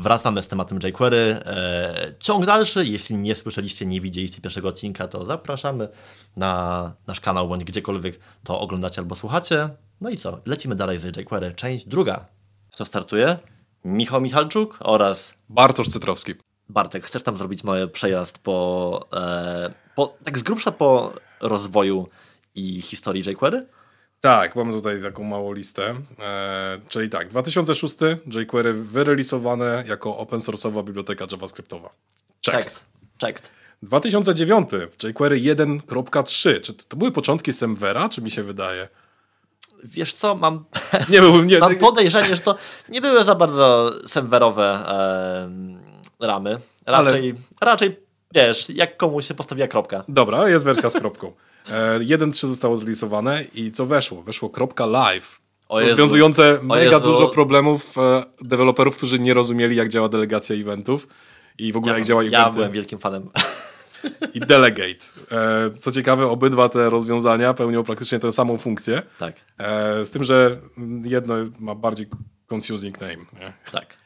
wracamy z tematem jQuery. Ciąg dalszy, jeśli nie słyszeliście, nie widzieliście pierwszego odcinka, to zapraszamy na nasz kanał, bądź gdziekolwiek to oglądacie albo słuchacie. No i co? Lecimy dalej z jQuery. Część druga. Kto startuje? Michał Michalczuk oraz Bartosz Cytrowski. Bartek, chcesz tam zrobić mały przejazd tak z grubsza po rozwoju i historii jQuery? Tak, mamy tutaj taką małą listę. Czyli tak, 2006 jQuery wyrelisowane jako open source'owa biblioteka javascriptowa. Checked. 2009 jQuery 1.3. Czy to były początki Semvera, czy mi się wydaje? Wiesz co, mam podejrzenie, że to nie były za bardzo semverowe ramy. Raczej, wiesz, jak komuś się postawiła kropka. Dobra, jest wersja z kropką. 1.3 zostało zreleasowane i co weszło? Weszło .live. Rozwiązujące mega dużo problemów deweloperów, którzy nie rozumieli, jak działa delegacja eventów i w ogóle jak działa eventy. Ja byłem wielkim fanem. I Delegate. Co ciekawe, obydwa te rozwiązania pełnią praktycznie tę samą funkcję. Tak. Z tym, że jedno ma bardziej confusing name. Nie? Tak.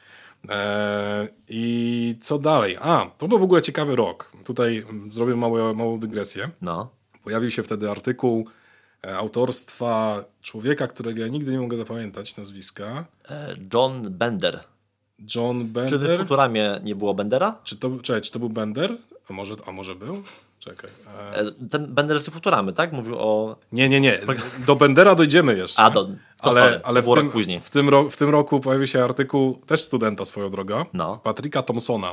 I co dalej? To był w ogóle ciekawy rok. Tutaj zrobię małą dygresję. No. Pojawił się wtedy artykuł autorstwa człowieka, którego ja nigdy nie mogę zapamiętać nazwiska. John Bender. Czy w Futuramie nie było Bendera? Czy to był Bender? A może był? Czekaj. Ten Bender z Futuramy, tak? Mówił o... Nie. Do Bendera dojdziemy jeszcze. Ale rok później. W tym roku pojawił się artykuł też studenta swoją drogą. Patricka Thompsona.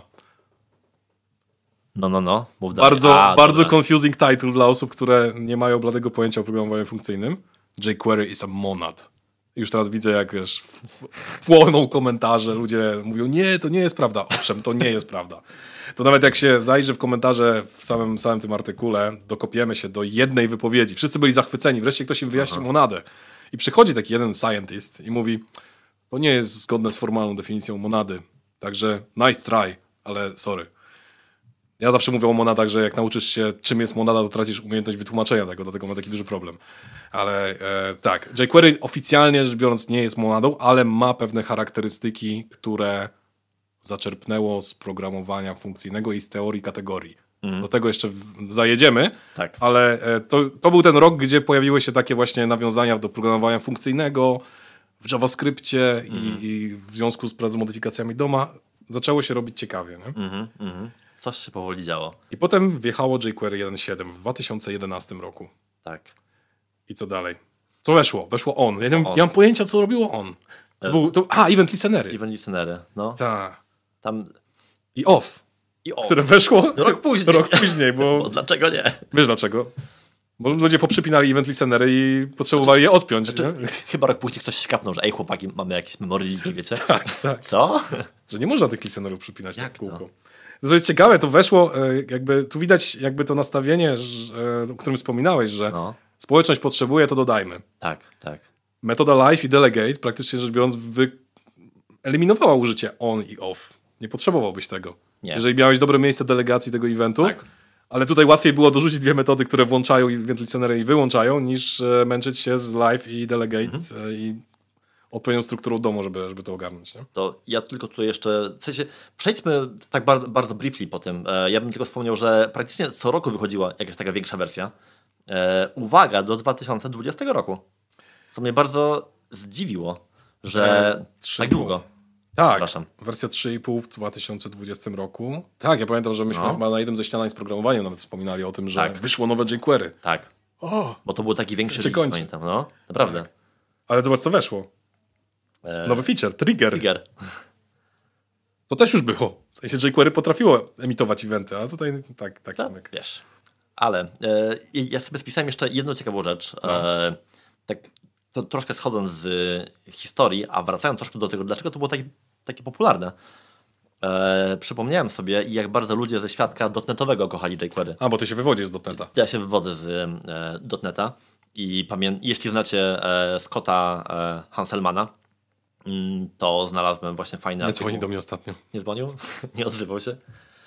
No. Mów dalej. Bardzo confusing title dla osób, które nie mają bladego pojęcia o programowaniu funkcyjnym. jQuery is a monad. Już teraz widzę, jak wiesz, płoną komentarze, ludzie mówią, nie, to nie jest prawda. Owszem, to nie jest prawda. To nawet jak się zajrzy w komentarze w samym tym artykule, dokopiemy się do jednej wypowiedzi. Wszyscy byli zachwyceni, wreszcie ktoś im wyjaśnił monadę. I przychodzi taki jeden scientist i mówi, to nie jest zgodne z formalną definicją monady. Także nice try, ale sorry. Ja zawsze mówię o monadach, że jak nauczysz się, czym jest monada, to tracisz umiejętność wytłumaczenia tego, dlatego ma taki duży problem. Ale tak, jQuery oficjalnie rzecz biorąc nie jest monadą, ale ma pewne charakterystyki, które zaczerpnęło z programowania funkcyjnego i z teorii kategorii. Do tego jeszcze zajedziemy, tak. Ale to był ten rok, gdzie pojawiły się takie właśnie nawiązania do programowania funkcyjnego w JavaScriptie i w związku z modyfikacjami DOM-a zaczęło się robić ciekawie. Nie? Coś się powoli działo. I potem wjechało jQuery 1.7 w 2011 roku. Tak. I co dalej? Co weszło? Weszło on. Ja nie mam pojęcia, co robiło on. Event listenery. Event listenery, no. Tak. Tam... I off. Które weszło rok później. Bo dlaczego nie? Wiesz dlaczego? Bo ludzie poprzypinali event listenery i potrzebowali je odpiąć. Chyba rok później ktoś się kapnął, że chłopaki, mamy jakieś memoryliki, wiecie? Tak. Co? Że nie można tych listenerów przypinać tak w kółko. To jest ciekawe, to weszło, jakby tu widać jakby to nastawienie, o którym wspominałeś, że społeczność potrzebuje, to dodajmy. Tak. Metoda live i delegate, praktycznie rzecz biorąc, eliminowała użycie on i off. Nie potrzebowałbyś tego. Nie. Jeżeli miałeś dobre miejsce delegacji tego eventu, ale tutaj łatwiej było dorzucić dwie metody, które włączają event listenery i wyłączają, niż męczyć się z live i delegate i odpowiednią strukturą domu, żeby to ogarnąć. Nie? To ja tylko tutaj jeszcze, w sensie przejdźmy tak bardzo briefly po tym. Ja bym tylko wspomniał, że praktycznie co roku wychodziła jakaś taka większa wersja. Uwaga, do 2020 roku. Co mnie bardzo zdziwiło, że tak długo. Tak, wersja 3.5 w 2020 roku. Tak, ja pamiętam, że myśmy chyba na jednym ze śniadań z programowaniem nawet wspominali o tym, że wyszło nowe jQuery. Tak, bo to był taki większy release, pamiętam. No, naprawdę. Tak. Ale zobacz, co weszło. Nowy feature, trigger. To też już było. W sensie jQuery potrafiło emitować eventy, a tutaj tak. Wiesz. Ale ja sobie spisałem jeszcze jedną ciekawą rzecz. Tak to troszkę schodząc z historii, a wracając troszkę do tego, dlaczego to było takie popularne. Przypomniałem sobie, jak bardzo ludzie ze świadka dotnetowego kochali jQuery. Bo ty się wywodzisz z dotneta. Ja się wywodzę z dotneta i jeśli znacie Scotta Hanselmana, to znalazłem właśnie fajny artykuł. Nie dzwoni do mnie ostatnio. Nie dzwonił? Nie odzywał się?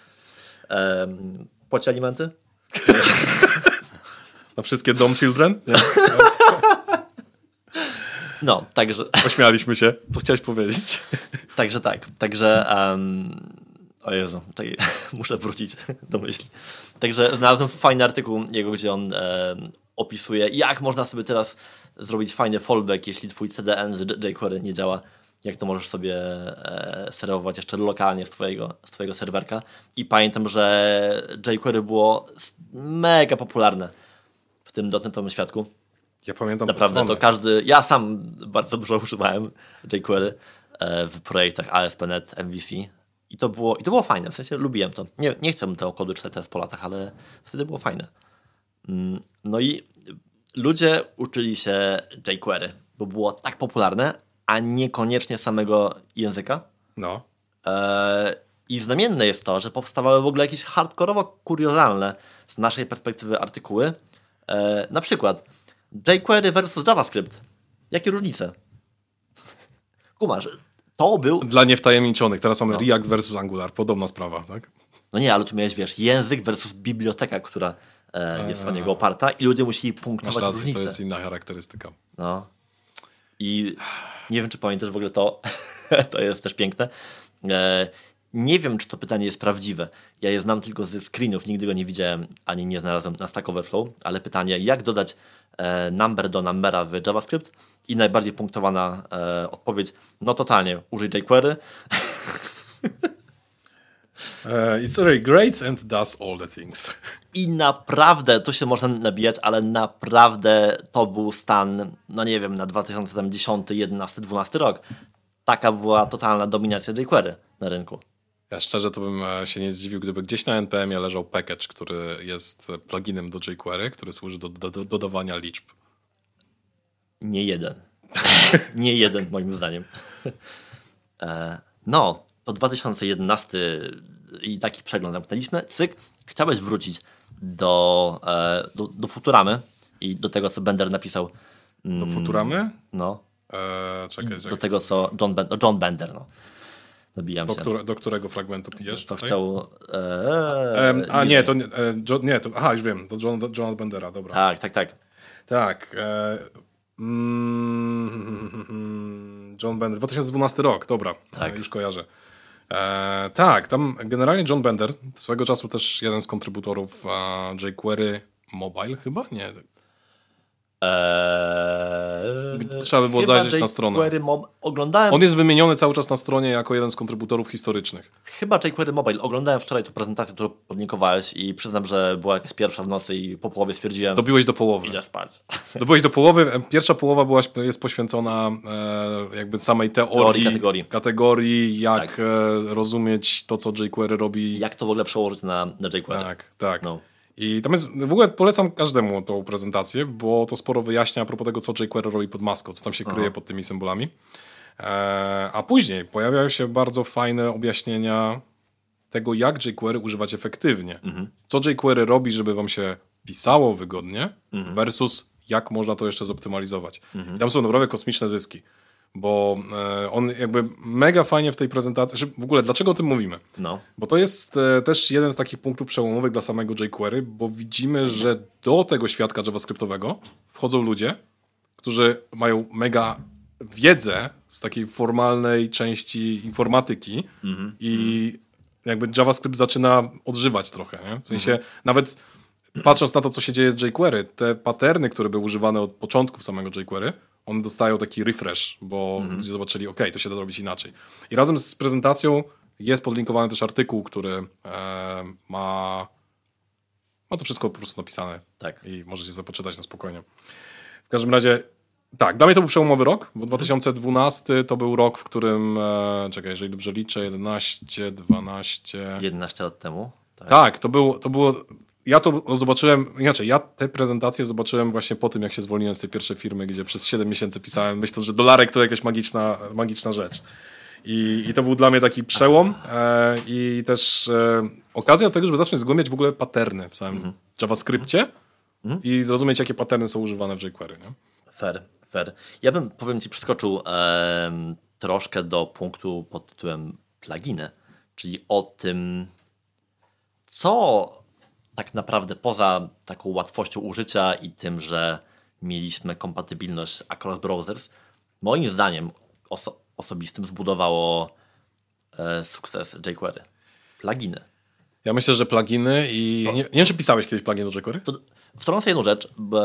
Płaci alimenty? Na wszystkie dom children? Nie. No, także... Pośmialiśmy się. Co chciałeś powiedzieć? Także tak. Także... O Jezu, muszę wrócić do myśli. Także znalazłem fajny artykuł jego, gdzie on opisuje, jak można sobie teraz zrobić fajny fallback, jeśli twój CDN z jQuery nie działa. Jak to możesz sobie serwować jeszcze lokalnie z twojego serwerka. I pamiętam, że jQuery było mega popularne w tym dotnetowym świadku. Ja pamiętam naprawdę, to każdy... Ja sam bardzo dużo używałem jQuery w projektach ASP.NET, MVC. I to było fajne, w sensie lubiłem to. Nie chcę tego kodu czytać teraz po latach, ale wtedy było fajne. No i ludzie uczyli się jQuery, bo było tak popularne, a niekoniecznie samego języka. No. I znamienne jest to, że powstawały w ogóle jakieś hardkorowo kuriozalne z naszej perspektywy artykuły. Na przykład jQuery versus JavaScript. Jakie różnice? Kumasz, to był... Dla niewtajemniczonych. Teraz mamy React versus Angular. Podobna sprawa, tak? No nie, ale tu miałeś, wiesz, język versus biblioteka, która jest o niego oparta i ludzie musieli punktować Masz rację, różnice. to jest inna charakterystyka. No. I nie wiem, czy pamiętasz w ogóle to. To jest też piękne. Nie wiem, czy to pytanie jest prawdziwe. Ja je znam tylko ze screenów, nigdy go nie widziałem, ani nie znalazłem na Stack Overflow, ale pytanie, jak dodać number do numbera w JavaScript? I najbardziej punktowana odpowiedź, no totalnie, użyj jQuery. It's very great and does all the things. I naprawdę, tu się można nabijać, ale naprawdę to był stan, no nie wiem, na 2010, 11, 12 rok. Taka była totalna dominacja jQuery na rynku. Ja szczerze to bym się nie zdziwił, gdyby gdzieś na NPM-ie leżał package, który jest pluginem do jQuery, który służy do dodawania liczb. Nie jeden. Nie jeden, moim zdaniem. No, to 2011 i taki przegląd zamknęliśmy. Cyk, chciałeś wrócić do Futuramy i do tego, co Bender napisał. Do Futuramy? No. Czekaj. Do tego, co John Bender. No. Nabijam się. Do którego fragmentu pijesz? To chciał... nie, to nie. Aha, już wiem. Do Johna Bendera, dobra. Tak. Tak. John Bender, 2012 rok, dobra, tak. Już kojarzę. Tak, tam generalnie John Bender, swego czasu też jeden z kontrybutorów jQuery Mobile chyba? Nie. Trzeba by było zajrzeć na stronę. Oglądałem... On jest wymieniony cały czas na stronie jako jeden z kontrybutorów historycznych. Chyba jQuery Mobile. Oglądałem wczoraj tę prezentację, którą podlinkowałeś i przyznam, że była jakaś pierwsza w nocy i po połowie stwierdziłem... Dobiłeś do połowy. Idę spać. Dobyłeś do połowy. Pierwsza połowa jest poświęcona jakby samej kategorii jak tak. Rozumieć to, co jQuery robi. Jak to w ogóle przełożyć na jQuery. Tak. No. I tam jest, w ogóle polecam każdemu tą prezentację, bo to sporo wyjaśnia a propos tego, co jQuery robi pod maską, co tam się kryje pod tymi symbolami. A później pojawiają się bardzo fajne objaśnienia tego, jak jQuery używać efektywnie. Co jQuery robi, żeby wam się pisało wygodnie versus jak można to jeszcze zoptymalizować. I tam są naprawdę kosmiczne zyski. Bo on jakby mega fajnie w tej prezentacji... W ogóle, dlaczego o tym mówimy? No. Bo to jest też jeden z takich punktów przełomowych dla samego jQuery, bo widzimy, że do tego świadka javascriptowego wchodzą ludzie, którzy mają mega wiedzę z takiej formalnej części informatyki i jakby JavaScript zaczyna odżywać trochę. Nie? W sensie nawet patrząc na to, co się dzieje z jQuery, te patterny, które były używane od początków samego jQuery, one dostają taki refresh, bo ludzie zobaczyli, to się da robić inaczej. I razem z prezentacją jest podlinkowany też artykuł, który ma to wszystko po prostu napisane. Tak. I możecie sobie poczytać na spokojnie. W każdym razie, tak, dla mnie to był przełomowy rok, bo 2012 to był rok, w którym, jeżeli dobrze liczę, 11, 12... 11 lat temu. Tak, to było... Ja to zobaczyłem, inaczej, ja tę prezentację zobaczyłem właśnie po tym, jak się zwolniłem z tej pierwszej firmy, gdzie przez 7 miesięcy pisałem, myśląc, że dolarek to jakaś magiczna rzecz. I to był dla mnie taki przełom i też okazja do tego, żeby zacząć zgłębiać w ogóle patterny w samym JavaScriptie i zrozumieć, jakie patterny są używane w jQuery. Nie? Fair. Ja bym, powiem ci, przeskoczył troszkę do punktu pod tytułem pluginy, czyli o tym, co tak naprawdę poza taką łatwością użycia i tym, że mieliśmy kompatybilność across browsers, moim zdaniem osobistym zbudowało sukces jQuery. Pluginy. Ja myślę, że pluginy i... Nie wiem, czy pisałeś kiedyś plugin do jQuery? Wtrącę jedną rzecz,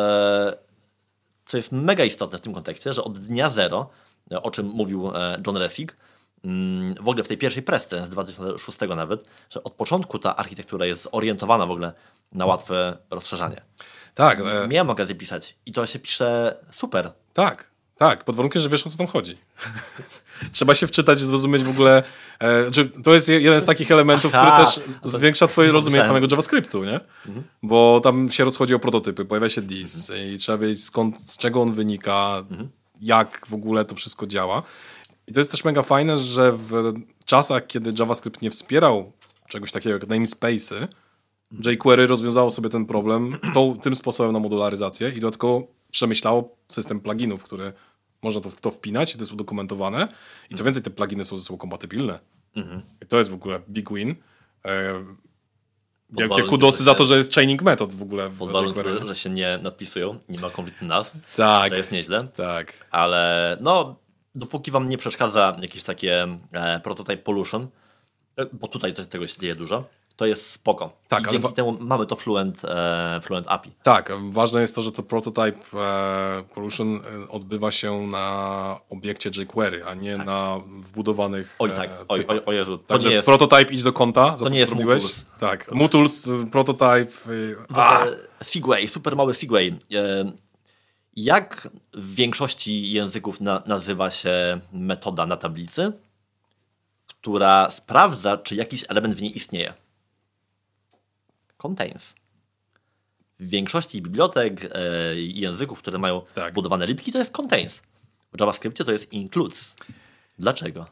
co jest mega istotne w tym kontekście, że od dnia zero, o czym mówił John Resig, w ogóle w tej pierwszej presce z 2006 nawet, że od początku ta architektura jest zorientowana w ogóle na łatwe rozszerzanie. Tak. Miałem okazję pisać i to się pisze super. Tak, pod warunkiem, że wiesz, o co tam chodzi. Trzeba się wczytać, zrozumieć w ogóle... to jest jeden z takich elementów, który też zwiększa twoje rozumienie samego JavaScriptu, nie? Bo tam się rozchodzi o prototypy, pojawia się dis i trzeba wiedzieć z czego on wynika, jak w ogóle to wszystko działa. I to jest też mega fajne, że w czasach, kiedy JavaScript nie wspierał czegoś takiego jak namespace'y, jQuery rozwiązało sobie ten problem tym sposobem na modularyzację i dodatkowo przemyślało system pluginów, które można to wpinać i to jest udokumentowane. I co więcej, te pluginy są ze sobą kompatybilne. I to jest w ogóle big win. Wielkie kudosy za to, że jest chaining method w ogóle. Pod warunkiem, że się nie nadpisują, nie ma konfliktu nazw. Tak. To jest nieźle. Tak. Ale no, dopóki wam nie przeszkadza jakieś takie prototype pollution, bo tutaj tego się dzieje dużo, to jest spoko. Tak, i dzięki temu mamy to Fluent API. Tak, ważne jest to, że to prototype pollution odbywa się na obiekcie jQuery, a nie na wbudowanych o Jezu. To Także nie jest, prototype idź do konta, za to to nie jest zrobiłeś. Mutools. Tak, Mutools, prototype. Segway, super mały Segway. Jak w większości języków nazywa się metoda na tablicy, która sprawdza, czy jakiś element w niej istnieje? Contains. W większości bibliotek i języków, które mają budowane lipki, to jest contains. W JavaScriptie to jest includes. Dlaczego?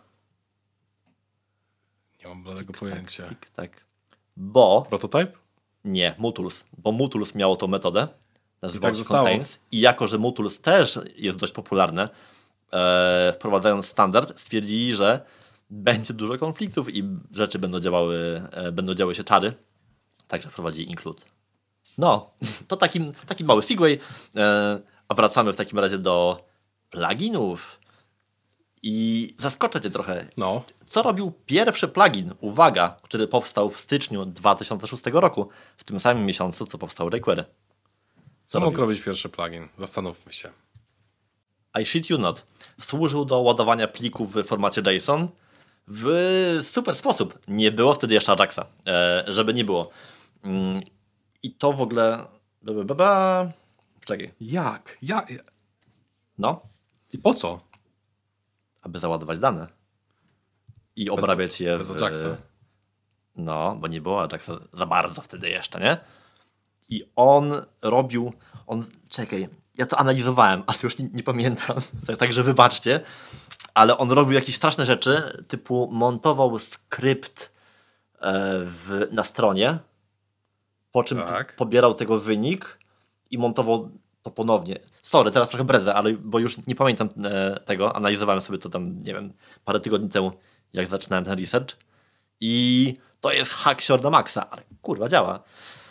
Nie mam bladego pojęcia. Tak. Bo... Prototype? Nie, Mutools. Bo Mutools miało tą metodę. Nazywało się zostało. contains. I jako, że Mutools też jest dość popularne, wprowadzając standard, stwierdzili, że będzie dużo konfliktów i rzeczy będą działy się czary. Także wprowadzili include. No, to taki mały segway. A wracamy w takim razie do pluginów. I zaskoczę cię trochę. No. Co robił pierwszy plugin, uwaga, który powstał w styczniu 2006 roku, w tym samym miesiącu, co powstał jQuery? Co mógł robić pierwszy plugin? Zastanówmy się. I shit you not. Służył do ładowania plików w formacie JSON w super sposób. Nie było wtedy jeszcze Ajaxa, żeby nie było. I to w ogóle... Czekaj. Jak? No. I po co? Aby załadować dane. I obrabiać je bez Ajaxa. No, bo nie było Ajaxa za bardzo wtedy jeszcze, nie? I on robił... Czekaj, ja to analizowałem, ale już nie pamiętam. Także wybaczcie. Ale on robił jakieś straszne rzeczy, typu montował skrypt na stronie, po czym pobierał tego wynik i montował to ponownie. Sorry, teraz trochę bredzę, ale bo już nie pamiętam tego. Analizowałem sobie to tam, nie wiem, parę tygodni temu, jak zaczynałem ten research. I to jest hack na maksa, ale kurwa działa.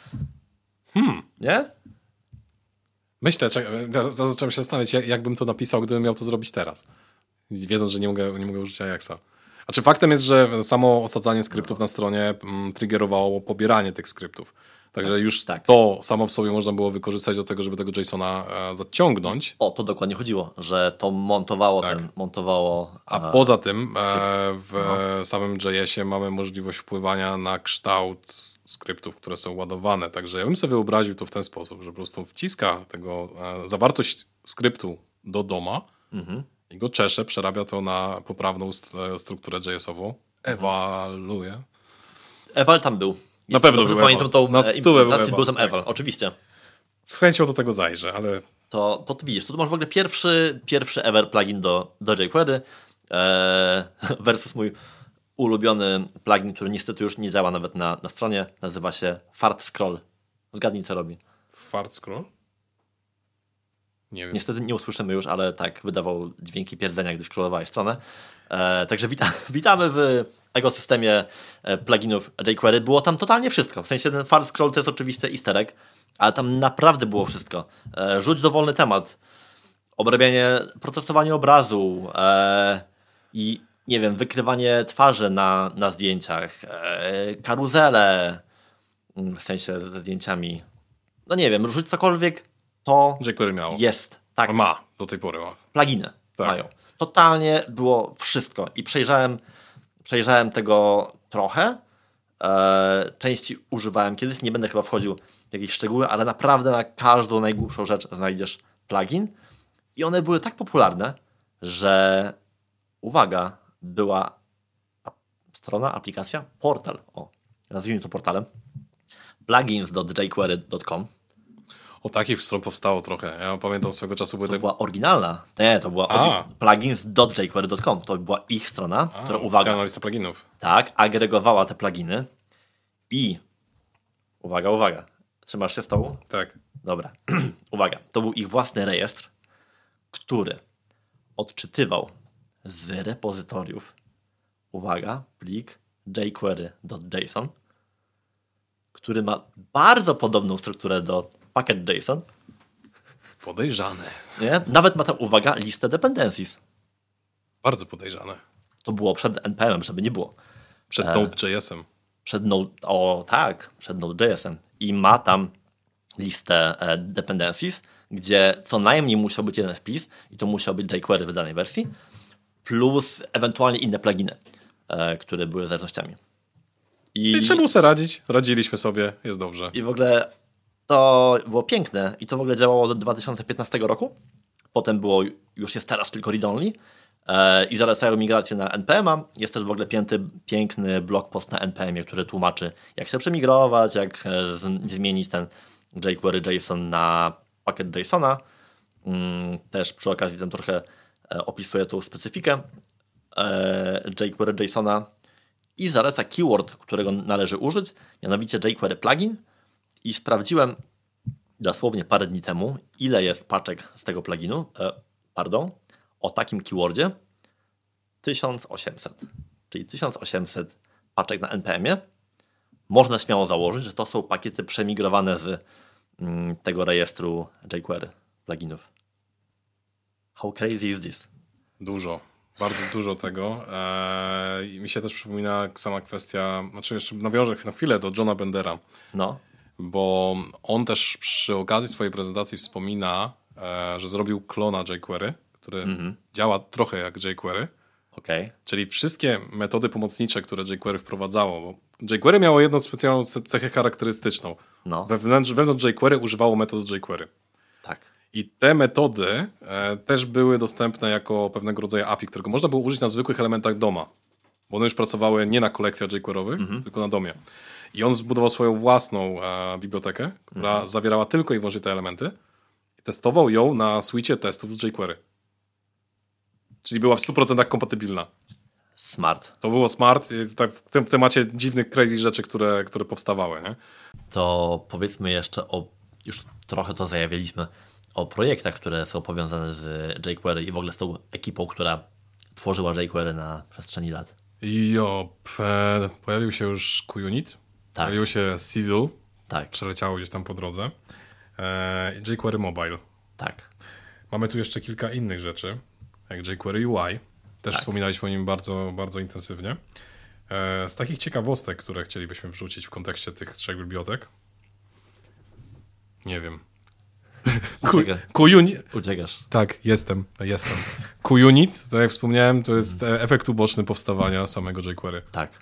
Nie? Myślę, zacząłem się zastanawiać, jak bym to napisał, gdybym miał to zrobić teraz. Wiedząc, że nie mogę użyć Ajaxa. A czy faktem jest, że samo osadzanie skryptów na stronie triggerowało pobieranie tych skryptów. Także już to samo w sobie można było wykorzystać do tego, żeby tego JSON-a zaciągnąć. O, to dokładnie chodziło, że to montowało... A poza tym w samym JS-ie mamy możliwość wpływania na kształt skryptów, które są ładowane. Także ja bym sobie wyobraził to w ten sposób, że po prostu wciska zawartość skryptu do DOM-a i go czesze, przerabia to na poprawną strukturę JS-ową. Ewaluuje. Eval tam był. Na pewno był Eval. Na stówę był tam Eval, oczywiście. Z chęcią do tego zajrzę, ale... To widzisz, tu masz w ogóle pierwszy ever plugin do jQuery versus mój ulubiony plugin, który niestety już nie działa nawet na stronie. Nazywa się Fart Scroll. Zgadnij, co robi. Fart Scroll? Nie wiem. Niestety nie usłyszymy już, ale tak, wydawał dźwięki pierdzenia, gdy scrollowałeś stronę. Także witamy w ekosystemie pluginów jQuery. Było tam totalnie wszystko. W sensie ten Fart Scroll to jest oczywiście easter egg, ale tam naprawdę było wszystko. Rzuć dowolny temat. obrabianie, procesowanie obrazu i nie wiem, wykrywanie twarzy na zdjęciach, karuzele, w sensie ze zdjęciami. No nie wiem, rzuć cokolwiek, to jQuery miało. jest. Tak. Ma, do tej pory ma. Pluginy Tak. mają. Totalnie było wszystko i przejrzałem tego trochę. Części używałem kiedyś, nie będę chyba wchodził w jakieś szczegóły, ale naprawdę na każdą najgłupszą rzecz znajdziesz plugin i one były tak popularne, że uwaga, była strona, aplikacja, portal, nazwijmy to portalem, plugins.jquery.com. O takich stron powstało trochę. Ja pamiętam swego czasu były To była oryginalna. Nie, to była plugins.jquery.com. To była ich strona, która, uwaga, lista pluginów. tak, agregowała te pluginy i uwaga, trzymasz się z tobą? Tak. Dobra, uwaga, to był ich własny rejestr, który odczytywał z repozytoriów, uwaga, plik jQuery.json, który ma bardzo podobną strukturę do package.json. Podejrzane. Nie? Nawet ma tam, uwaga, listę dependencies. Bardzo podejrzane. To było przed NPM-em, żeby nie było. Przed Node.js-em. Przed Node.js-em. I ma tam listę dependencies, gdzie co najmniej musiał być jeden wpis i to musiał być jQuery w danej wersji, plus ewentualnie inne pluginy, które były zależnościami. I trzeba sobie radzić. Radziliśmy sobie, jest dobrze. I w ogóle to było piękne i to w ogóle działało do 2015 roku. Potem było, już jest teraz tylko read-only i zalecają migrację na NPM-a. Jest też w ogóle piękny blog post na NPM-ie, który tłumaczy, jak się przemigrować, jak zmienić ten jQuery.json na package.jsona. Też przy okazji tam trochę opisuję tą specyfikę jQuery.jsona i zaleca keyword, którego należy użyć, mianowicie jQuery plugin. I sprawdziłem dosłownie parę dni temu, ile jest paczek z tego pluginu, o takim keywordzie 1800, czyli 1800 paczek na NPM-ie. Można śmiało założyć, że to są pakiety przemigrowane z tego rejestru jQuery pluginów. How crazy is this? Dużo. Bardzo dużo tego. I mi się też przypomina sama kwestia, znaczy jeszcze nawiążę na chwilę do Johna Bendera. No. Bo on też przy okazji swojej prezentacji wspomina, że zrobił klona jQuery, który działa trochę jak jQuery. Okay. Czyli wszystkie metody pomocnicze, które jQuery wprowadzało. Bo jQuery miało jedną specjalną cechę charakterystyczną. No. Wewnątrz jQuery używało metod z jQuery. Tak. I te metody też były dostępne jako pewnego rodzaju API, którego można było użyć na zwykłych elementach DOM-a. Bo one już pracowały nie na kolekcjach jQuery'owych, tylko na DOM-ie. I on zbudował swoją własną bibliotekę, która zawierała tylko i wyłącznie te elementy. I testował ją na suicie testów z jQuery. Czyli była w 100% kompatybilna. Smart. To było smart. Tak w tym temacie dziwnych, crazy rzeczy, które powstawały. Nie? To powiedzmy jeszcze już trochę to zajawialiśmy, o projektach, które są powiązane z jQuery i w ogóle z tą ekipą, która tworzyła jQuery na przestrzeni lat. Pojawił się już QUnit, tak. Pojawił się Sizzle, tak. Przeleciało gdzieś tam po drodze, jQuery Mobile. Tak. Mamy tu jeszcze kilka innych rzeczy, jak jQuery UI, też wspominaliśmy o nim bardzo, bardzo intensywnie. Z takich ciekawostek, które chcielibyśmy wrzucić w kontekście tych trzech bibliotek, nie wiem. Uciekasz. Tak, jestem. QUnit, tak jak wspomniałem, to jest efekt uboczny powstawania samego jQuery. Tak.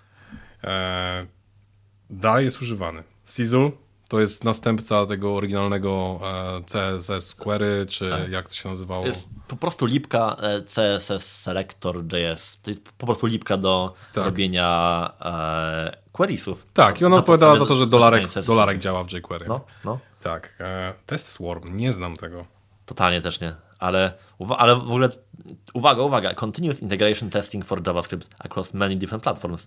Dalej jest używany. Sizzle to jest następca tego oryginalnego CSS Query, czy jak to się nazywało? Jest po prostu lipka CSS Selector.js. To jest po prostu lipka do robienia queriesów. Tak, i ona odpowiadała za to, że dolarek działa w jQuery. No. Tak. Test Swarm, nie znam tego. Totalnie też nie, ale w ogóle uwaga, Continuous Integration Testing for JavaScript across many different platforms.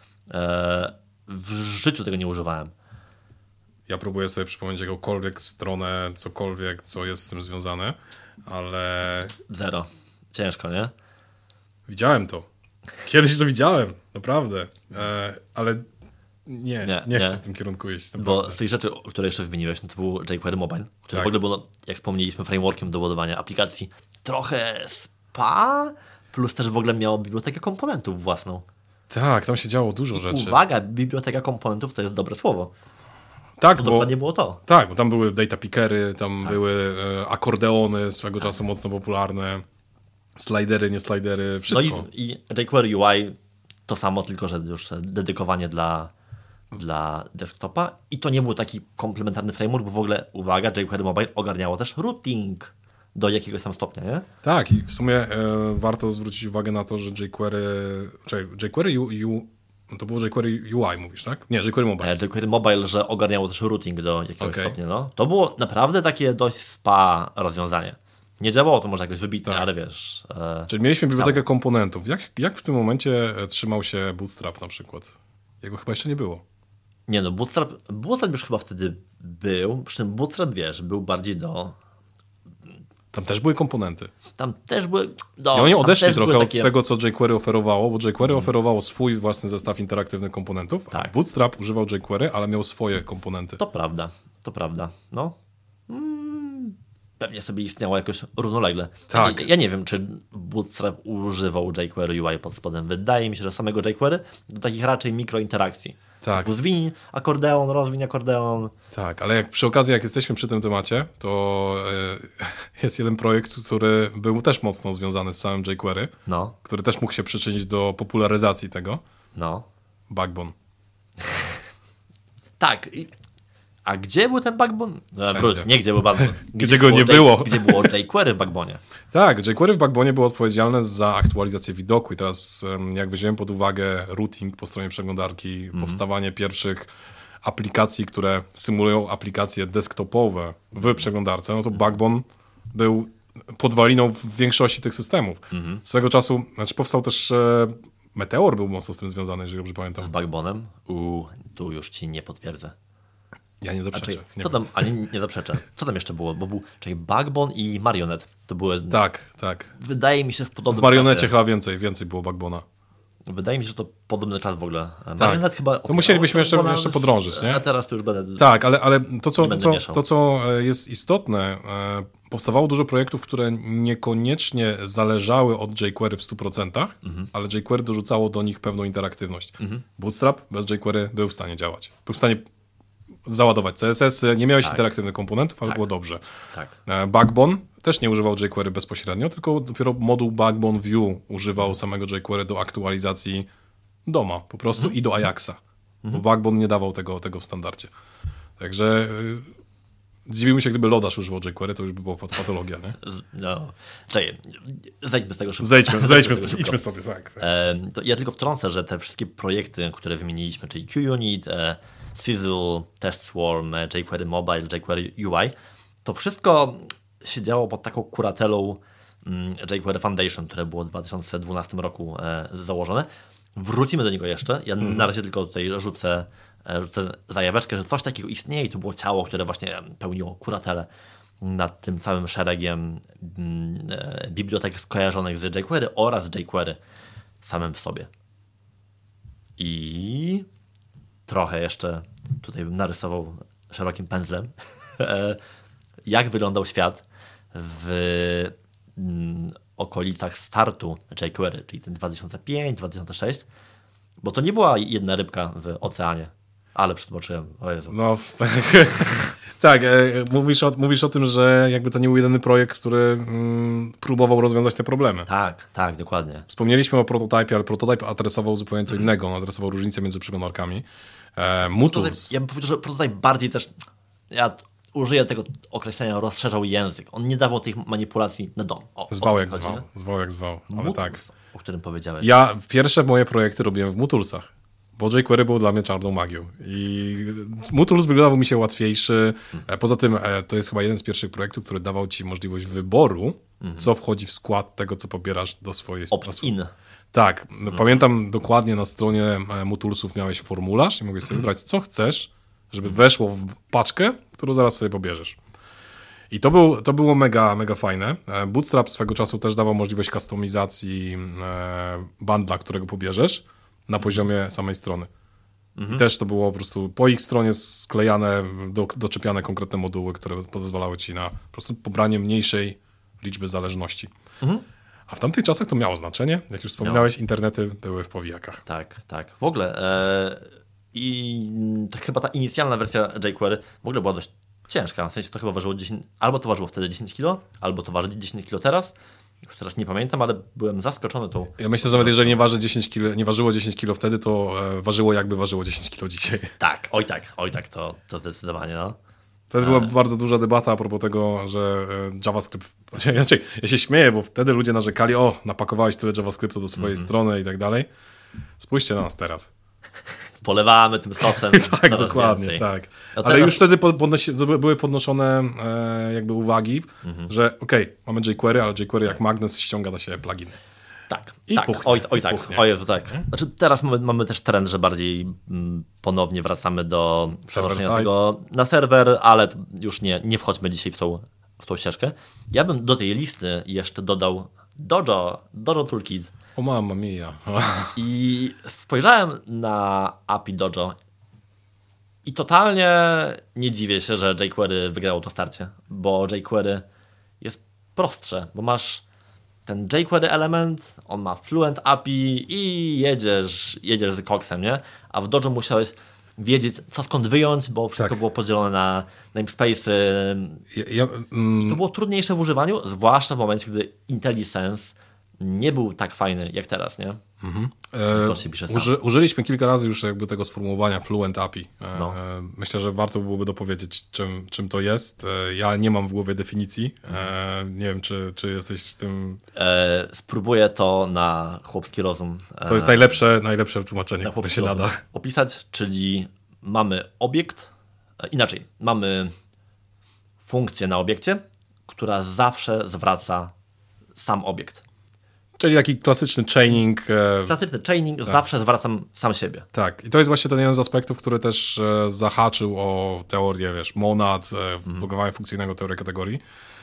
W życiu tego nie używałem. Ja próbuję sobie przypomnieć jakąkolwiek stronę, cokolwiek, co jest z tym związane, ale... Zero. Ciężko, nie? Widziałem to. Kiedyś to widziałem, naprawdę. Ale Nie chcę w tym kierunku iść. Bo z tych rzeczy, które jeszcze wymieniłeś, to był jQuery Mobile, który w ogóle był, jak wspomnieliśmy, frameworkiem do budowania aplikacji. Trochę SPA, plus też w ogóle miało bibliotekę komponentów własną. Tak, tam się działo dużo rzeczy. Uwaga, biblioteka komponentów to jest dobre słowo. Tak, to dokładnie było to. Tak, bo tam były data pickery, tam były akordeony swego czasu mocno popularne, slidery, nie slidery, wszystko. No i jQuery UI to samo, tylko że już dedykowanie dla desktopa i to nie był taki komplementarny framework, bo w ogóle, uwaga, jQuery Mobile ogarniało też routing do jakiegoś tam stopnia, nie? Tak, i w sumie warto zwrócić uwagę na to, że jQuery to było jQuery UI, mówisz, tak? Nie, jQuery Mobile. jQuery Mobile, że ogarniało też routing do jakiegoś stopnia, no. To było naprawdę takie dość spa rozwiązanie. Nie działało to może jakoś wybitnie, ale wiesz... Czyli mieliśmy bibliotekę komponentów. Jak w tym momencie trzymał się Bootstrap na przykład? Jego chyba jeszcze nie było. Nie no, Bootstrap już chyba wtedy był, przy czym Bootstrap, wiesz, był bardziej Tam też były komponenty. Tam też były... I oni odeszli trochę od tego, co jQuery oferowało, bo jQuery oferowało swój własny zestaw interaktywnych komponentów, a Bootstrap używał jQuery, ale miał swoje komponenty. To prawda. No. Pewnie sobie istniało jakoś równolegle. Tak. Ja nie wiem, czy Bootstrap używał jQuery UI pod spodem. Wydaje mi się, że samego jQuery do takich raczej mikrointerakcji. Tak. Zwinij akordeon, rozwiń akordeon. Tak, ale przy okazji, jak jesteśmy przy tym temacie, to jest jeden projekt, który był też mocno związany z samym jQuery, który też mógł się przyczynić do popularyzacji tego. Backbone. Tak. A gdzie był ten Backbone? Nie gdzie był Backbone. Gdzie go nie było. Gdzie było jQuery w Backbone? Tak, jQuery w Backbone było odpowiedzialne za aktualizację widoku i teraz jak weźmiemy pod uwagę routing po stronie przeglądarki, powstawanie pierwszych aplikacji, które symulują aplikacje desktopowe w przeglądarce, no to Backbone był podwaliną w większości tych systemów. Swego czasu, powstał też Meteor był mocno z tym związany, jeżeli dobrze pamiętam. Z Backbone'em? Tu już ci nie potwierdzę. Ja nie zaprzeczę. Nie zaprzeczę. Co tam jeszcze było? Bo był Backbone i Marionette. To były... Tak. Wydaje mi się w podobnym W Marionecie czasie. chyba więcej było Backbone'a. Wydaje mi się, że to podobny czas w ogóle. Marionette chyba... To musielibyśmy jeszcze podrążyć, nie? A teraz to już będę... Tak, ale to, co jest istotne, powstawało dużo projektów, które niekoniecznie zależały od jQuery w 100%, ale jQuery dorzucało do nich pewną interaktywność. Bootstrap bez jQuery był w stanie działać. Był w stanie załadować CSS, nie miałeś interaktywnych komponentów, ale było dobrze. Backbone też nie używał jQuery bezpośrednio, tylko dopiero moduł Backbone View używał samego jQuery do aktualizacji DOM-a po prostu i do Ajaxa, bo Backbone nie dawał tego w standardzie. Także zdziwiłbym się, gdyby Lodash używał jQuery, to już by była patologia, nie? Zejdźmy z tego szybko. Zejdźmy, idźmy sobie, tak. To ja tylko wtrącę, że te wszystkie projekty, które wymieniliśmy, czyli QUnit, Sizzle, TestSwarm, jQuery Mobile, jQuery UI, to wszystko się działo pod taką kuratelą jQuery Foundation, które było w 2012 roku założone. Wrócimy do niego jeszcze. Ja na razie tylko tutaj rzucę zajaweczkę, że coś takiego istnieje i to było ciało, które właśnie pełniło kuratelę nad tym całym szeregiem bibliotek skojarzonych z jQuery oraz jQuery samym w sobie. I trochę jeszcze tutaj bym narysował szerokim pędzlem, jak wyglądał świat w okolicach startu jQuery, czyli ten 2005-2006, bo to nie była jedna rybka w oceanie, ale przytłoczyłem, o Jezu. No, tak, mówisz o tym, że jakby to nie był jedyny projekt, który próbował rozwiązać te problemy. Tak, dokładnie. Wspomnieliśmy o prototypie, ale prototyp adresował zupełnie co innego, on adresował różnicę między przeglądarkami. Mutools. Ja bym powiedział, że prototyp bardziej też, ja użyję tego określenia, rozszerzał język. On nie dawał tych manipulacji na DOM. Zwał jak zwał, ale Mutools, tak. O którym powiedziałeś. Ja pierwsze moje projekty robiłem w Mutoolsach, bo jQuery był dla mnie czarną magią. I Mutools wyglądał mi się łatwiejszy. Poza tym to jest chyba jeden z pierwszych projektów, który dawał ci możliwość wyboru, co wchodzi w skład tego, co pobierasz do swojej strony. Opt-in. Tak. Pamiętam dokładnie na stronie Mutoolsów miałeś formularz i mogłeś sobie wybrać, co chcesz, żeby weszło w paczkę, którą zaraz sobie pobierzesz. I to było mega, mega fajne. Bootstrap swego czasu też dawał możliwość kustomizacji bundla, którego pobierzesz na poziomie samej strony. I też to było po prostu po ich stronie sklejane, doczepiane konkretne moduły, które pozwalały ci na po prostu pobranie mniejszej liczby zależności. A w tamtych czasach to miało znaczenie. Jak już wspominałeś, internety były w powijakach. Tak. W ogóle i chyba ta inicjalna wersja jQuery w ogóle była dość ciężka. W sensie to chyba ważyło 10, albo to ważyło wtedy 10 kg, albo to waży 10 kg teraz. Już teraz nie pamiętam, ale byłem zaskoczony tą... Ja myślę, że nawet jeżeli nie ważyło 10 kg wtedy, to ważyło jakby ważyło 10 kg dzisiaj. Tak, oj tak, to zdecydowanie. No. Wtedy była bardzo duża debata a propos tego, że JavaScript... Ja się śmieję, bo wtedy ludzie narzekali, napakowałeś tyle JavaScriptu do swojej strony i tak dalej. Spójrzcie na nas teraz. Polewamy tym sosem. Tak, dokładnie, więcej. Tak. No ale już wtedy były podnoszone jakby uwagi, że mamy jQuery, ale jQuery jak magnes ściąga do siebie pluginy. Tak, I tak. Puchnie, oj tak, o Jezu, tak. Znaczy teraz mamy też trend, że bardziej ponownie wracamy do przenoszenia tego na serwer, ale już nie wchodźmy dzisiaj w tą ścieżkę. Ja bym do tej listy jeszcze dodał Dojo Toolkit. O mamma mia. I spojrzałem na API Dojo i totalnie nie dziwię się, że jQuery wygrało to starcie, bo jQuery jest prostsze, bo masz ten jQuery element, on ma Fluent API i jedziesz z koksem, nie? A w Dojo musiałeś wiedzieć, co skąd wyjąć, bo wszystko było podzielone na namespace'y. To było trudniejsze w używaniu, zwłaszcza w momencie, gdy IntelliSense nie był tak fajny jak teraz, nie? To się pisze użyliśmy kilka razy już jakby tego sformułowania Fluent API. Myślę, że warto byłoby dopowiedzieć, czym to jest. Ja nie mam w głowie definicji. Nie wiem, czy jesteś z tym... Spróbuję to na chłopski rozum. To jest najlepsze tłumaczenie, które się nada. Opisać, czyli mamy obiekt, inaczej, mamy funkcję na obiekcie, która zawsze zwraca sam obiekt. Czyli taki klasyczny chaining. Zawsze zwracam sam siebie. Tak, i to jest właśnie ten jeden z aspektów, który też zahaczył o teorię, monad, blokowania funkcyjnego, teorię kategorii.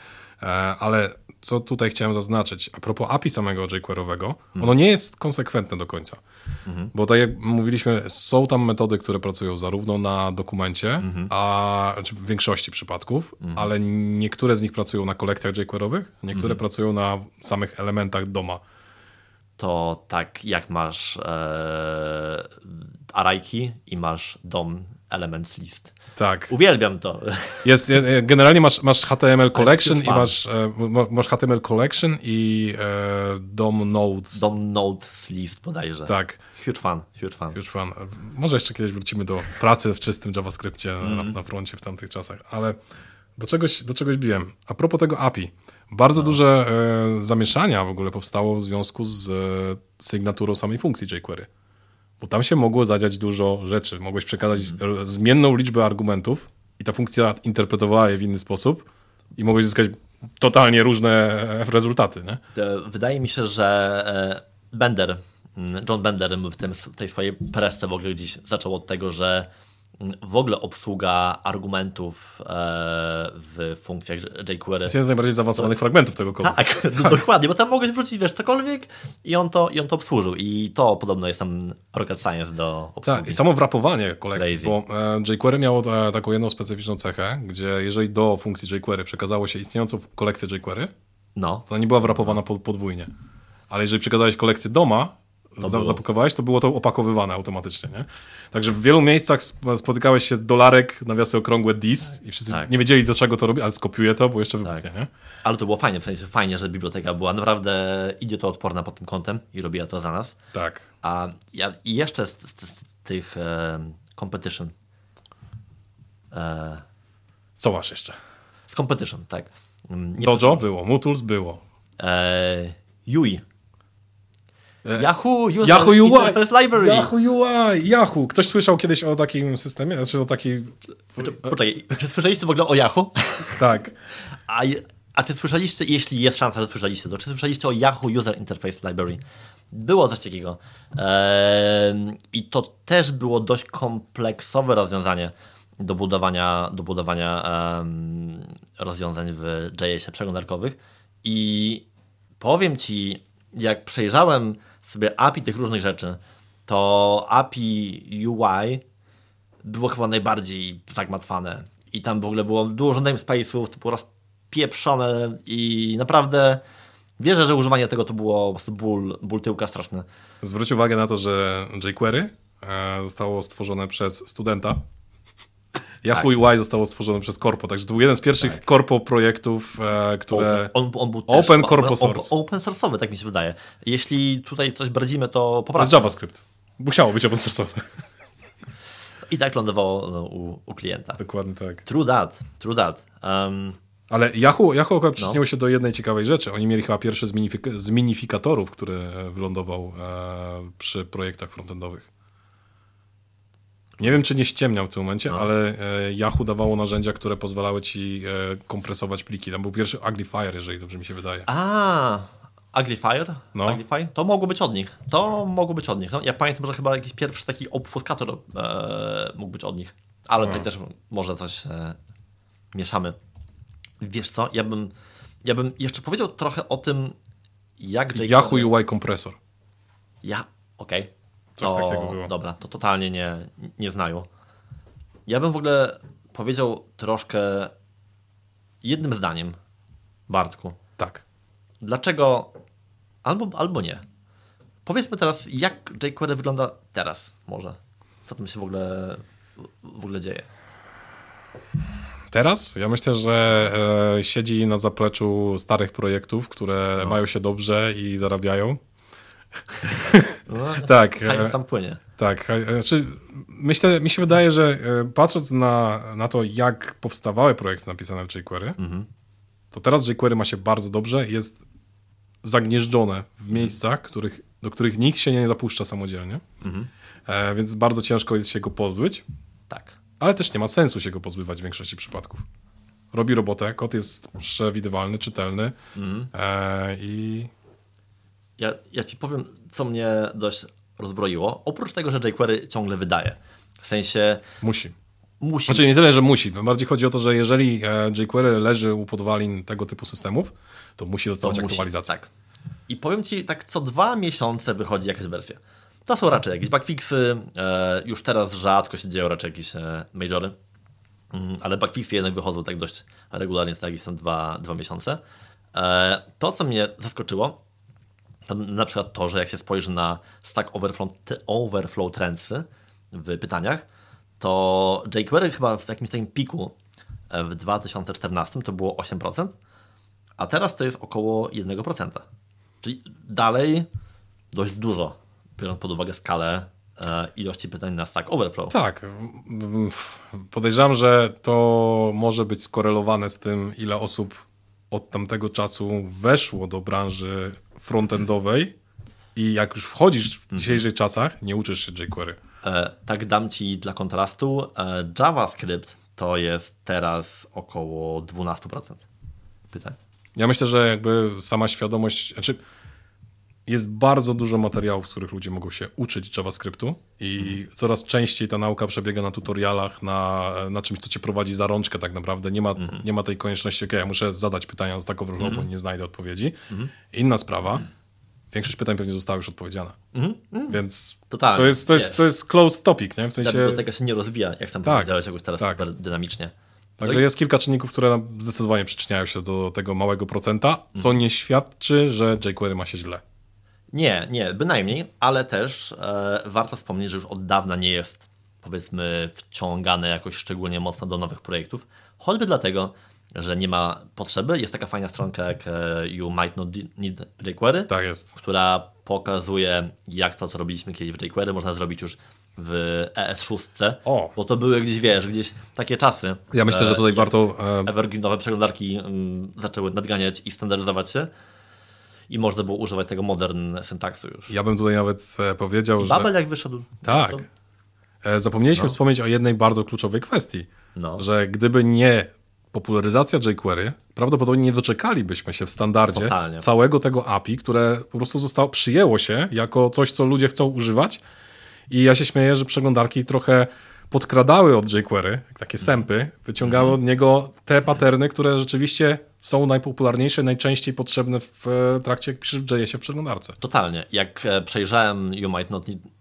Ale co tutaj chciałem zaznaczyć, a propos API samego jQuery'owego, ono nie jest konsekwentne do końca. Bo tak jak mówiliśmy, są tam metody, które pracują zarówno na dokumencie, czy w większości przypadków, ale niektóre z nich pracują na kolekcjach jQuery'owych, niektóre pracują na samych elementach DOM-a. To tak jak masz arrayki i masz DOM elements list. Tak. Uwielbiam to. Generalnie masz HTML collection i masz HTML collection i DOM nodes. DOM nodes list bodajże. Tak. Huge fan. Może jeszcze kiedyś wrócimy do pracy w czystym JavaScriptie na froncie w tamtych czasach, ale do czegoś biłem. A propos tego API. Bardzo duże zamieszania w ogóle powstało w związku z sygnaturą samej funkcji jQuery. Bo tam się mogło zadziać dużo rzeczy. Mogłeś przekazać zmienną liczbę argumentów i ta funkcja interpretowała je w inny sposób i mogłeś zyskać totalnie różne rezultaty. Nie? Wydaje mi się, że John Bender w tej swojej presce w ogóle gdzieś zaczął od tego, że w ogóle obsługa argumentów w funkcjach jQuery. To jest jeden z najbardziej zaawansowanych fragmentów tego kodu. Tak, dokładnie, bo tam mogłeś wrzucić cokolwiek i on to obsłużył. I to podobno jest tam rocket science do obsługi. Tak, i samo wrapowanie kolekcji, bo jQuery miało taką jedną specyficzną cechę, gdzie jeżeli do funkcji jQuery przekazało się istniejącą kolekcję jQuery, to ona nie była wrapowana podwójnie. Ale jeżeli przekazałeś kolekcję DOM-a, zapakowałeś, to było to opakowywane automatycznie. Nie? Także w wielu miejscach spotykałeś się dolarek, nawiasy okrągłe dis i wszyscy nie wiedzieli, do czego to robi, ale skopiuję to, bo jeszcze wybuchnie. Nie? Ale to było fajnie, w sensie fajnie, że biblioteka była naprawdę idiotoodporna pod tym kątem i robiła to za nas. Tak. I jeszcze z tych competition. Co masz jeszcze? Z competition, tak. Dojo było, Mutools było. UI. Yahoo UI, Interface Library. Yahoo UI, Yahoo. Ktoś słyszał kiedyś o takim systemie? Znaczy o takiej... Poczekaj, czy słyszeliście w ogóle o Yahoo? Tak. A czy słyszeliście, jeśli jest szansa, że słyszeliście to, czy słyszeliście o Yahoo User Interface Library? Było coś takiego. I to też było dość kompleksowe rozwiązanie do budowania rozwiązań w JS-ie przeglądarkowych. I powiem Ci, jak przejrzałem sobie API tych różnych rzeczy, to API UI było chyba najbardziej zagmatwane. I tam w ogóle było dużo namespace'ów, to było rozpieprzone i naprawdę wierzę, że używanie tego to było po prostu ból tyłka straszny. Zwróć uwagę na to, że jQuery zostało stworzone przez studenta. Yahoo UI zostało stworzone przez Corpo, także to był jeden z pierwszych Corpo projektów, które... On był Open też, Corpo Source. Open source'owy, tak mi się wydaje. Jeśli tutaj coś bradzimy, to To jest poprawmy. JavaScript. Musiało być open source'owe. I tak lądowało u klienta. Dokładnie tak. True that. Ale Yahoo akurat przyczyniło się do jednej ciekawej rzeczy. Oni mieli chyba pierwszy z minifikatorów, który wylądował przy projektach frontendowych. Nie wiem, czy nie ściemniał w tym momencie, ale Yahoo dawało narzędzia, które pozwalały ci kompresować pliki. Tam był pierwszy Uglifier, jeżeli dobrze mi się wydaje. Uglifier? No. Uglifier? To mogło być od nich. No, ja pamiętam, że chyba jakiś pierwszy taki obfuskator mógł być od nich. Ale tutaj też może coś mieszamy. Wiesz co, ja bym jeszcze powiedział trochę o tym, jak Yahoo UI kompresor. Okej. Coś takiego było. Dobra, to totalnie nie znają. Ja bym w ogóle powiedział troszkę jednym zdaniem, Bartku. Tak. Dlaczego albo nie. Powiedzmy teraz, jak jQuery wygląda teraz może. Co tam się w ogóle dzieje? Teraz? Ja myślę, że siedzi na zapleczu starych projektów, które mają się dobrze i zarabiają. Tak. Hajs tam płynie. Tak. Znaczy, mi się wydaje, że patrząc na to, jak powstawały projekty napisane w jQuery, to teraz jQuery ma się bardzo dobrze, jest zagnieżdżone w miejscach, do których nikt się nie zapuszcza samodzielnie, więc bardzo ciężko jest się go pozbyć. Tak. Ale też nie ma sensu się go pozbywać w większości przypadków. Robi robotę, kod jest przewidywalny, czytelny i... Ja ci powiem, co mnie dość rozbroiło. Oprócz tego, że jQuery ciągle wydaje. W sensie... Musi. Musi. Znaczy nie tyle, że musi. Bardziej chodzi o to, że jeżeli jQuery leży u podwalin tego typu systemów, to musi dostawać aktualizację. Tak. I powiem ci, tak co 2 miesiące wychodzi jakaś wersja. To są raczej jakieś bugfixy. Już teraz rzadko się dzieją raczej jakieś majory. Ale bugfixy jednak wychodzą tak dość regularnie, tak jakieś są 2 miesiące. To, co mnie zaskoczyło, to na przykład to, że jak się spojrzy na Stack Overflow Trendsy w pytaniach, to jQuery chyba w jakimś takim piku w 2014 to było 8%, a teraz to jest około 1%. Czyli dalej dość dużo, biorąc pod uwagę skalę ilości pytań na Stack Overflow. Tak. Podejrzewam, że to może być skorelowane z tym, ile osób od tamtego czasu weszło do branży frontendowej i jak już wchodzisz w dzisiejszych czasach, nie uczysz się jQuery. Tak dam ci dla kontrastu. JavaScript to jest teraz około 12% pytań. Ja myślę, że jakby sama świadomość, znaczy jest bardzo dużo materiałów, z których ludzie mogą się uczyć JavaScriptu i coraz częściej ta nauka przebiega na tutorialach, na czymś, co cię prowadzi za rączkę tak naprawdę. Nie ma tej konieczności, ja muszę zadać pytania na Stack Overflow, bo nie znajdę odpowiedzi. Inna sprawa, większość pytań pewnie została już odpowiedziana. Więc totalnie, to jest closed topic, nie? W sensie... Biblioteka się nie rozwija, jak sam powiedziałeś, jakoś teraz super dynamicznie. Także jest kilka czynników, które zdecydowanie przyczyniają się do tego małego procenta, co nie świadczy, że jQuery ma się źle. Nie, bynajmniej, ale też warto wspomnieć, że już od dawna nie jest, powiedzmy, wciągane jakoś szczególnie mocno do nowych projektów, choćby dlatego, że nie ma potrzeby. Jest taka fajna stronka jak You Might Not Need jQuery, tak jest, która pokazuje, jak to, co robiliśmy kiedyś w jQuery, można zrobić już w ES6, bo to były gdzieś takie czasy. Ja myślę, że tutaj warto... Evergreenowe przeglądarki zaczęły nadganiać i standaryzować się. I można było używać tego modern syntaksu już. Ja bym tutaj nawet powiedział, że... Babel jak wyszedł. Tak. Zapomnieliśmy wspomnieć o jednej bardzo kluczowej kwestii. Że gdyby nie popularyzacja jQuery, prawdopodobnie nie doczekalibyśmy się w standardzie całego tego API, które po prostu przyjęło się jako coś, co ludzie chcą używać. I ja się śmieję, że przeglądarki trochę podkradały od jQuery, takie sępy, wyciągały od niego te patterny, które rzeczywiście są najpopularniejsze, najczęściej potrzebne w trakcie, jak piszesz w JS-ie w przeglądarce. Totalnie. Jak przejrzałem You Might Not Need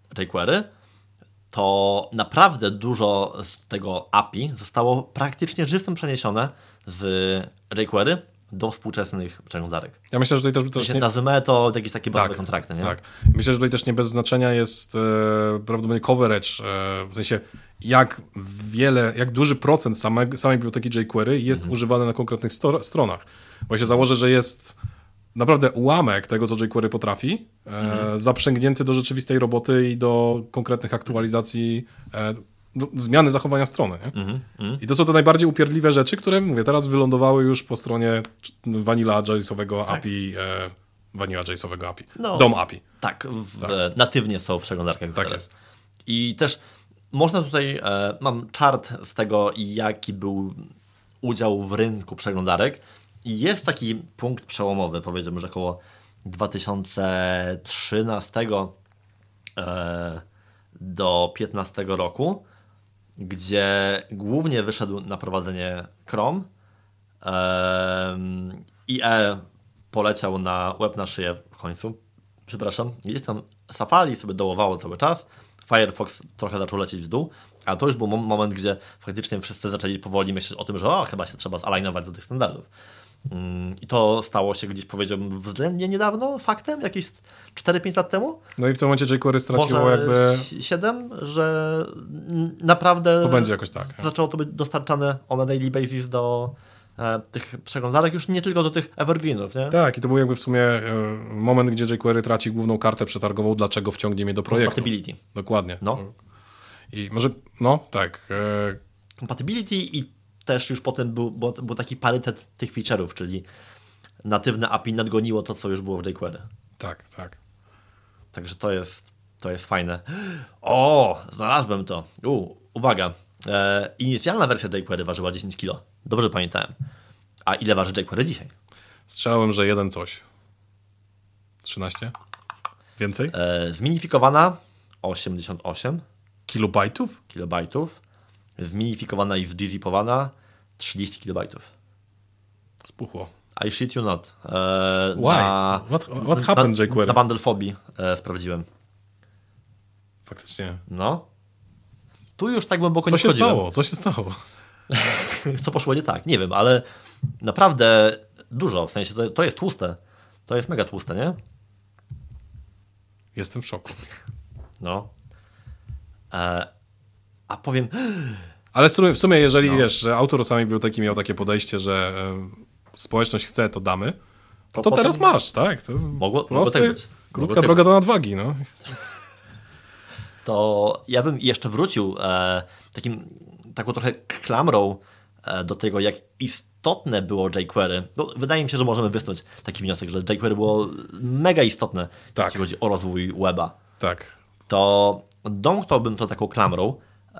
jQuery, to naprawdę dużo z tego API zostało praktycznie żywcem przeniesione z jQuery do współczesnych przeglądarek. Ja myślę, że tutaj też... Nazwijmy to jakieś takie bazowe kontrakty, nie? Tak. Myślę, że tutaj też nie bez znaczenia jest prawdopodobnie coverage, w sensie jak duży procent samej biblioteki jQuery jest używany na konkretnych stronach. Bo ja się założę, że jest naprawdę ułamek tego, co jQuery potrafi, zaprzęgnięty do rzeczywistej roboty i do konkretnych aktualizacji, zmiany zachowania strony. Nie? I to są te najbardziej upierdliwe rzeczy, które, mówię, teraz wylądowały już po stronie Vanilla JS-owego API, Vanilla JS-owego API, DOM API. Tak, natywnie są w przeglądarkach. Tak jest. I też można tutaj, mam chart z tego, jaki był udział w rynku przeglądarek i jest taki punkt przełomowy, powiedzmy, że około 2013 do 2015 roku, gdzie głównie wyszedł na prowadzenie Chrome, IE poleciał na łeb na szyję w końcu, przepraszam, gdzieś tam Safari sobie dołowało cały czas, Firefox trochę zaczął lecieć w dół, a to już był moment, gdzie faktycznie wszyscy zaczęli powoli myśleć o tym, że chyba się trzeba zalignować do tych standardów. I to stało się gdzieś, powiedziałbym, względnie niedawno faktem, jakieś 4-5 lat temu. No i w tym momencie jQuery straciło może jakby... 7, że naprawdę to będzie jakoś tak. Zaczęło to być dostarczane on a daily basis do tych przeglądarek, już nie tylko do tych evergreenów, nie? Tak, i to był jakby w sumie moment, gdzie jQuery traci główną kartę przetargową, dlaczego wciągnie mnie do projektu. Compatibility. Dokładnie. No. I może, tak. Compatibility i też już potem był taki parytet tych feature'ów, czyli natywne API nadgoniło to, co już było w jQuery. Tak, tak. Także to jest fajne. Znalazłem to. Uwaga. Inicjalna wersja jQuery ważyła 10 kg. Dobrze pamiętałem. A ile waży jQuery dzisiaj? Strzelałem, że 1 coś. 13? Więcej? Zminifikowana 88 kilobajtów? Zminifikowana i zjipowana 30 kilobajtów. Spuchło. I shit you not. Why? What happened, jQuery? Na Bundlefobii sprawdziłem. Faktycznie. No. Tu już tak głęboko nie wchodziłem. Co się stało? Co poszło nie tak? Nie wiem, ale naprawdę dużo. W sensie to jest tłuste. To jest mega tłuste, nie? Jestem w szoku. No. A powiem... Ale w sumie, jeżeli wiesz, że autor samej biblioteki miał takie podejście, że społeczność chce, to damy, to teraz masz, tak? To mogło tak być. Krótka droga do nadwagi, no. To ja bym jeszcze wrócił taką trochę klamrą do tego, jak istotne było jQuery. Bo wydaje mi się, że możemy wysnuć taki wniosek, że jQuery było mega istotne, jeśli chodzi o rozwój weba. Tak. To domknąłbym to taką klamrą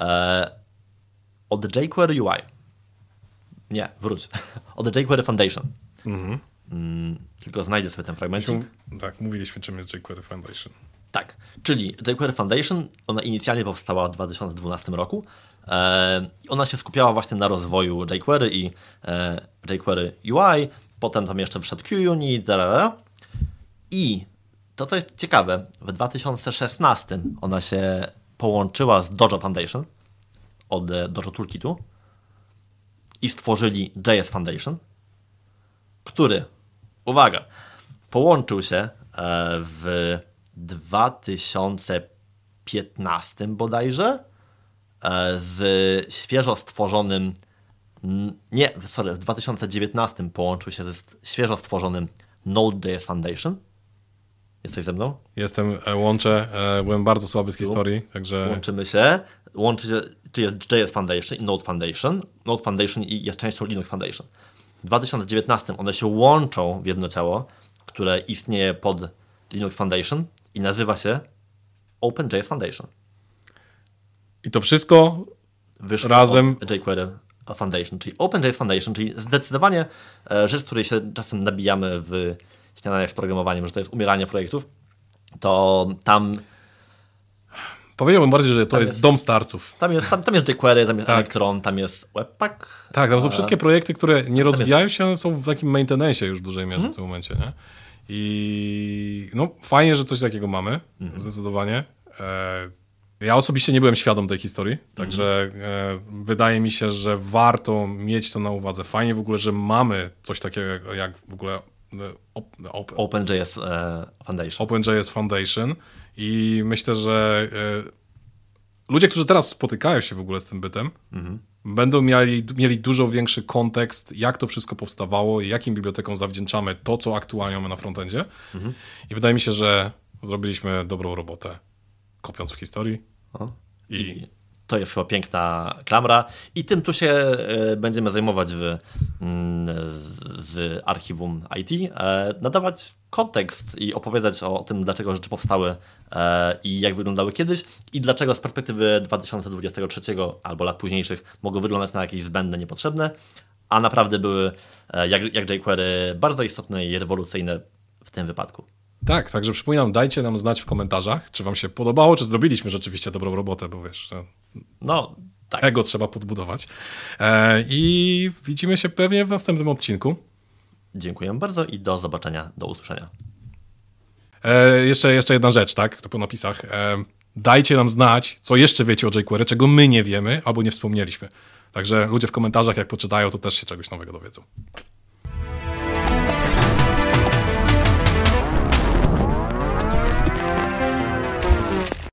od jQuery UI. Nie, wróć. Od jQuery Foundation. Tylko znajdę sobie ten fragmencik. Tak, mówiliśmy, czym jest jQuery Foundation. Tak, czyli jQuery Foundation, ona inicjalnie powstała w 2012 roku. Ona się skupiała właśnie na rozwoju jQuery i jQuery UI. Potem tam jeszcze wszedł QUnit, i to, co jest ciekawe, w 2016 ona się połączyła z Dojo Foundation od Dojo Toolkitu i stworzyli JS Foundation, który, uwaga, połączył się w 2015 bodajże z świeżo stworzonym, w 2019 połączył się ze świeżo stworzonym Node.js Foundation. Jesteś ze mną? Jestem, łączę, byłem bardzo słaby z historii, także... Łączymy się, czy jest JS Foundation i Node Foundation. Node Foundation jest częścią Linux Foundation. W 2019 one się łączą w jedno ciało, które istnieje pod Linux Foundation i nazywa się OpenJS Foundation. I to wszystko wyszło razem od jQuery Foundation, czyli OpenJS Foundation, czyli zdecydowanie rzecz, której się czasem nabijamy w śniadaniach z programowaniem, że to jest umieranie projektów, to tam... Powiedziałbym bardziej, że to jest dom starców. Tam jest jQuery, tam jest Electron, tam jest Webpack. Tak, tam są wszystkie projekty, które nie rozwijają się, one są w takim maintenance już w dużej mierze w tym momencie. Nie? I no fajnie, że coś takiego mamy, zdecydowanie. Ja osobiście nie byłem świadom tej historii, także wydaje mi się, że warto mieć to na uwadze. Fajnie w ogóle, że mamy coś takiego jak w ogóle OpenJS Foundation. OpenJS Foundation i myślę, że ludzie, którzy teraz spotykają się w ogóle z tym bytem, będą mieli dużo większy kontekst, jak to wszystko powstawało i jakim bibliotekom zawdzięczamy to, co aktualnie mamy na frontendzie. I wydaje mi się, że zrobiliśmy dobrą robotę, kopiąc w historii. I to jest chyba piękna klamra. I tym tu się będziemy zajmować z archiwum IT. Nadawać kontekst i opowiadać o tym, dlaczego rzeczy powstały i jak wyglądały kiedyś i dlaczego z perspektywy 2023 albo lat późniejszych mogą wyglądać na jakieś zbędne, niepotrzebne, a naprawdę były, jak jQuery, bardzo istotne i rewolucyjne w tym wypadku. Tak, także przypominam, dajcie nam znać w komentarzach, czy wam się podobało, czy zrobiliśmy rzeczywiście dobrą robotę, bo wiesz, tak. Ego trzeba podbudować. I widzimy się pewnie w następnym odcinku. Dziękuję bardzo i do zobaczenia, do usłyszenia. Jeszcze jedna rzecz, tak, to po napisach. Dajcie nam znać, co jeszcze wiecie o jQuery, czego my nie wiemy albo nie wspomnieliśmy. Także ludzie w komentarzach, jak poczytają, to też się czegoś nowego dowiedzą.